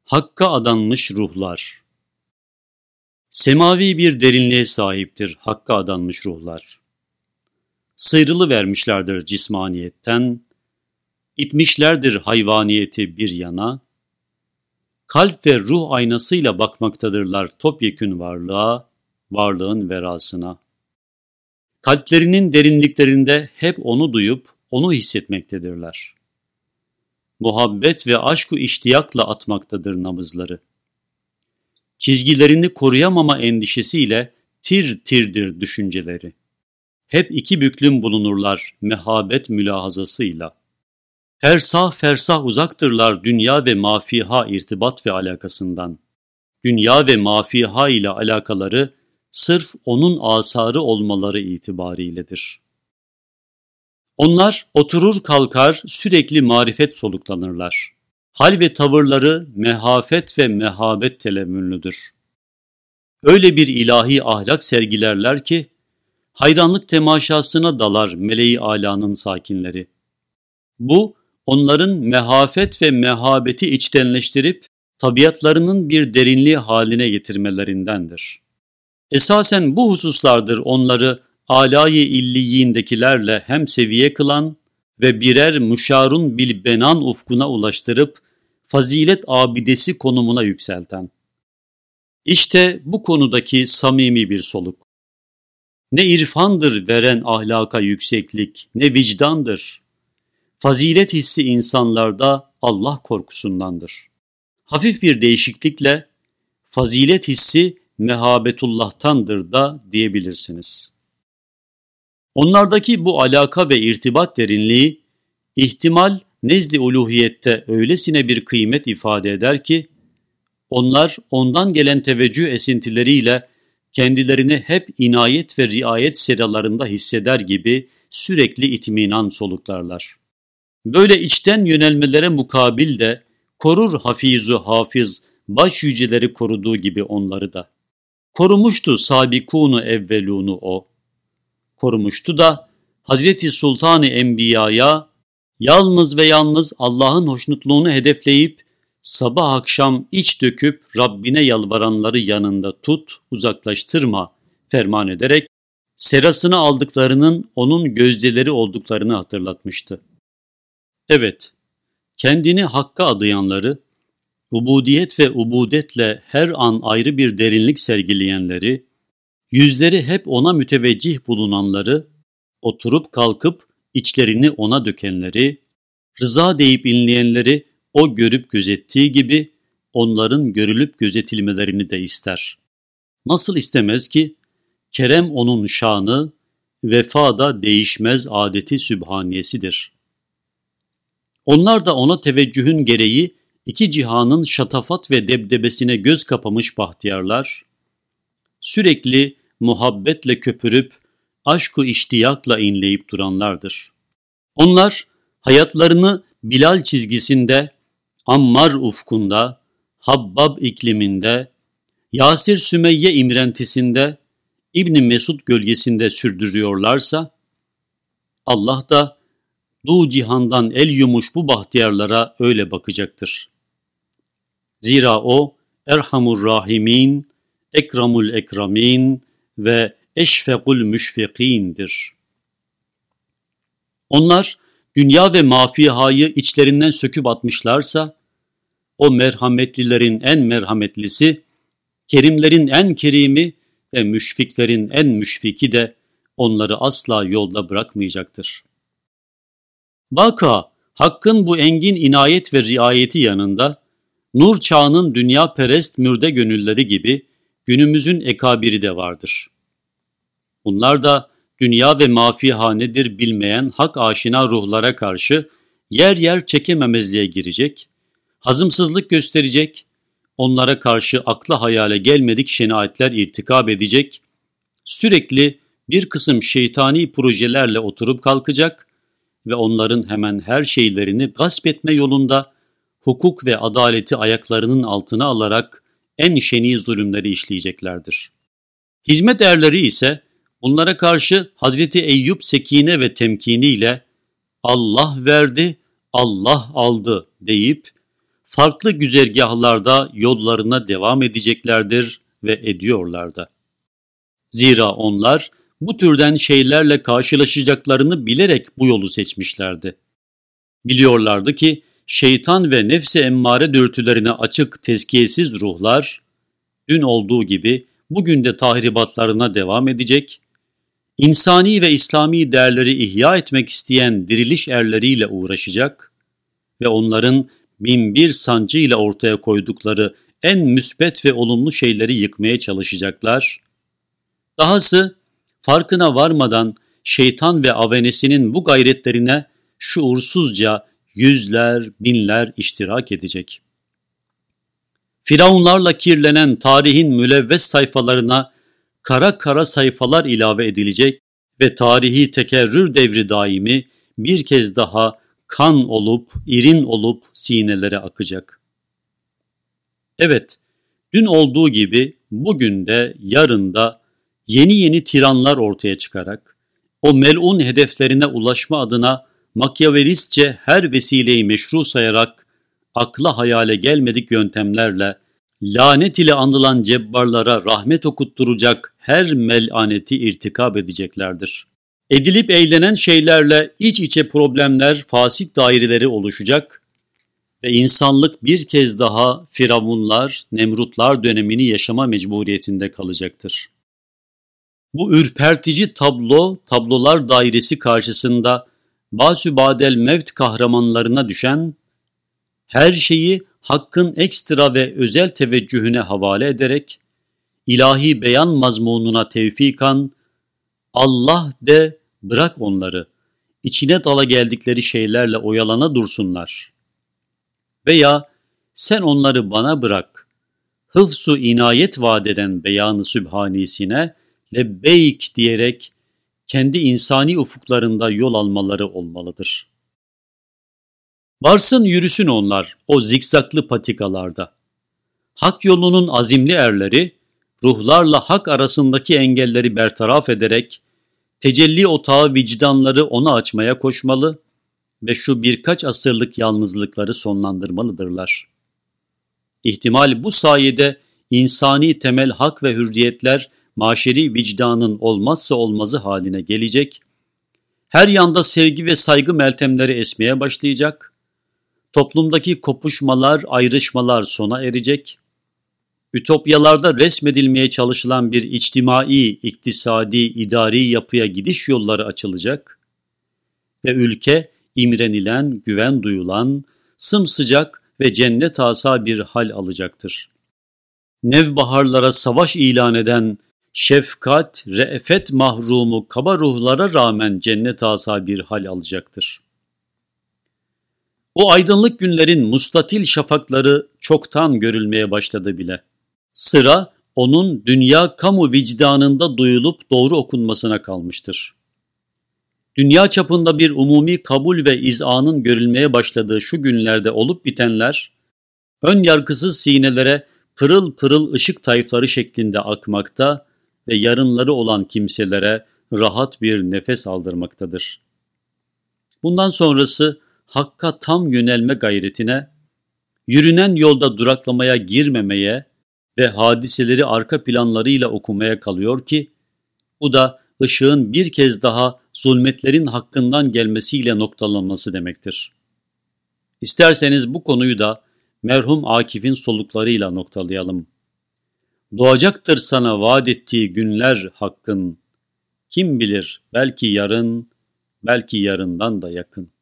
Hakka adanmış ruhlar. Semavi bir derinliğe sahiptir hakka adanmış ruhlar. Sıyrılıvermişlerdir cismaniyetten, itmişlerdir hayvaniyeti bir yana, kalp ve ruh aynasıyla bakmaktadırlar topyekün varlığa, varlığın verasına. Kalplerinin derinliklerinde hep onu duyup onu hissetmektedirler. Muhabbet ve aşk-ı iştiyakla atmaktadır nabızları. Çizgilerini koruyamama endişesiyle tir tirdir düşünceleri. Hep iki büklüm bulunurlar mehabet mülahazasıyla. Fersah fersah uzaktırlar dünya ve mafiha irtibat ve alakasından. Dünya ve mafiha ile alakaları sırf onun asarı olmaları itibariyledir. Onlar oturur kalkar sürekli marifet soluklanırlar. Hal ve tavırları mehafet ve mehabet telemmünlüdür. Öyle bir ilahi ahlak sergilerler ki, hayranlık temaşasına dalar meleği âlânın sakinleri. Bu, onların mehafet ve mehabeti içtenleştirip, tabiatlarının bir derinliği haline getirmelerindendir. Esasen bu hususlardır onları âlâ-i illiyindekilerle hem seviye kılan ve birer müşarun bil benan ufkuna ulaştırıp fazilet abidesi konumuna yükselten. İşte bu konudaki samimi bir soluk. Ne irfandır veren ahlaka yükseklik, ne vicdandır. Fazilet hissi insanlarda Allah korkusundandır. Hafif bir değişiklikle fazilet hissi mehabetullah'tandır da diyebilirsiniz. Onlardaki bu alaka ve irtibat derinliği, ihtimal nezd-i uluhiyette öylesine bir kıymet ifade eder ki, onlar ondan gelen teveccüh esintileriyle kendilerini hep inayet ve riayet seralarında hisseder gibi sürekli itminan soluklarlar. Böyle içten yönelmelere mukabil de korur hafizu hafız baş yüceleri koruduğu gibi onları da. Korumuştu sabikûnu evvelûnu o. Korumuştu da Hazreti Sultan-ı Enbiya'ya yalnız ve yalnız Allah'ın hoşnutluğunu hedefleyip sabah akşam iç döküp Rabbine yalvaranları yanında tut, uzaklaştırma ferman ederek serasını aldıklarının onun gözdeleri olduklarını hatırlatmıştı. Evet, kendini Hakk'a adayanları, ubudiyet ve ubudetle her an ayrı bir derinlik sergileyenleri, yüzleri hep ona müteveccih bulunanları, oturup kalkıp içlerini ona dökenleri, rıza deyip inleyenleri o görüp gözettiği gibi onların görülüp gözetilmelerini de ister. Nasıl istemez ki? Kerem onun şanı, vefa da değişmez adeti sübhaniyesidir. Onlar da ona teveccühün gereği iki cihanın şatafat ve debdebesine göz kapamış bahtiyarlar, sürekli muhabbetle köpürüp aşk-ı iştiyakla inleyip duranlardır. Onlar hayatlarını Bilal çizgisinde, Ammar ufkunda, Habbab ikliminde, Yasir Sümeyye imrentisinde, İbn Mesud gölgesinde sürdürüyorlarsa, Allah da du cihandan el yumuş bu bahtiyarlara öyle bakacaktır. Zira o Erhamur Rahimin, Ekramul Ekramin ve Eşfekul Müşfikindir. Onlar dünya ve mafihayı içlerinden söküp atmışlarsa, o merhametlilerin en merhametlisi, kerimlerin en kerimi ve müşfiklerin en müşfiki de onları asla yolda bırakmayacaktır. Vaka, Hakk'ın bu engin inayet ve riayeti yanında, nur çağının dünya perest mürde gönülleri gibi günümüzün ekabiri de vardır. Bunlar da dünya ve mafiha nedir bilmeyen hak aşina ruhlara karşı yer yer çekememezliğe girecek, hazımsızlık gösterecek, onlara karşı akla hayale gelmedik şenaatler irtikab edecek, sürekli bir kısım şeytani projelerle oturup kalkacak ve onların hemen her şeylerini gasp etme yolunda hukuk ve adaleti ayaklarının altına alarak en şeni zulümleri işleyeceklerdir. Hizmet erleri ise bunlara karşı Hazreti Eyüp sekine ve temkiniyle Allah verdi, Allah aldı deyip farklı güzergahlarda yollarına devam edeceklerdir ve ediyorlar da. Zira onlar bu türden şeylerle karşılaşacaklarını bilerek bu yolu seçmişlerdi. Biliyorlardı ki şeytan ve nefs-i emmare dürtülerine açık tezkiyesiz ruhlar, dün olduğu gibi bugün de tahribatlarına devam edecek, insani ve İslami değerleri ihya etmek isteyen diriliş erleriyle uğraşacak ve onların binbir sancıyla ortaya koydukları en müsbet ve olumlu şeyleri yıkmaya çalışacaklar. Dahası farkına varmadan şeytan ve avenesinin bu gayretlerine şuursuzca yüzler, binler iştirak edecek. Firavunlarla kirlenen tarihin mülevves sayfalarına kara kara sayfalar ilave edilecek ve tarihi tekerrür devri daimi bir kez daha kan olup, irin olup sinelere akacak. Evet, dün olduğu gibi bugün de yarın da yeni yeni tiranlar ortaya çıkarak o melun hedeflerine ulaşma adına makyavelistçe her vesileyi meşru sayarak akla hayale gelmedik yöntemlerle lanet ile anılan cebbarlara rahmet okutturacak her melaneti irtikab edeceklerdir. Edilip eğlenen şeylerle iç içe problemler, fasit daireleri oluşacak ve insanlık bir kez daha Firavunlar, Nemrutlar dönemini yaşama mecburiyetinde kalacaktır. Bu ürpertici tablolar dairesi karşısında basübadel mevt kahramanlarına düşen, her şeyi Hakk'ın ekstra ve özel teveccühüne havale ederek, ilahi beyan mazmununa tevfikan, Allah de bırak onları, içine dala geldikleri şeylerle oyalana dursunlar. Veya sen onları bana bırak, hıfzu inayet vaat eden beyanı sübhanisine lebbeyk diyerek kendi insani ufuklarında yol almaları olmalıdır. Varsın yürüsün onlar o zikzaklı patikalarda. Hak yolunun azimli erleri, ruhlarla hak arasındaki engelleri bertaraf ederek, tecelli otağı vicdanları ona açmaya koşmalı ve şu birkaç asırlık yalnızlıkları sonlandırmalıdırlar. İhtimal bu sayede insani temel hak ve hürriyetler maşeri vicdanın olmazsa olmazı haline gelecek, her yanda sevgi ve saygı meltemleri esmeye başlayacak, toplumdaki kopuşmalar, ayrışmalar sona erecek, ütopyalarda resmedilmeye çalışılan bir içtimai, iktisadi, idari yapıya gidiş yolları açılacak ve ülke imrenilen, güven duyulan, sımsıcak ve cennet asa bir hal alacaktır. Nevbaharlara savaş ilan eden şefkat, re'fet mahrumu kaba ruhlara rağmen cennet asa bir hal alacaktır. O aydınlık günlerin mustatil şafakları çoktan görülmeye başladı bile. Sıra onun dünya kamu vicdanında duyulup doğru okunmasına kalmıştır. Dünya çapında bir umumi kabul ve izanın görülmeye başladığı şu günlerde olup bitenler, ön yargısız sinelere pırıl pırıl ışık tayfları şeklinde akmakta ve yarınları olan kimselere rahat bir nefes aldırmaktadır. Bundan sonrası Hakk'a tam yönelme gayretine, yürünen yolda duraklamaya girmemeye ve hadiseleri arka planlarıyla okumaya kalıyor ki, bu da ışığın bir kez daha zulmetlerin hakkından gelmesiyle noktalanması demektir. İsterseniz bu konuyu da merhum Akif'in soluklarıyla noktalayalım. Doğacaktır sana vaat ettiği günler Hakk'ın, kim bilir belki yarın, belki yarından da yakın.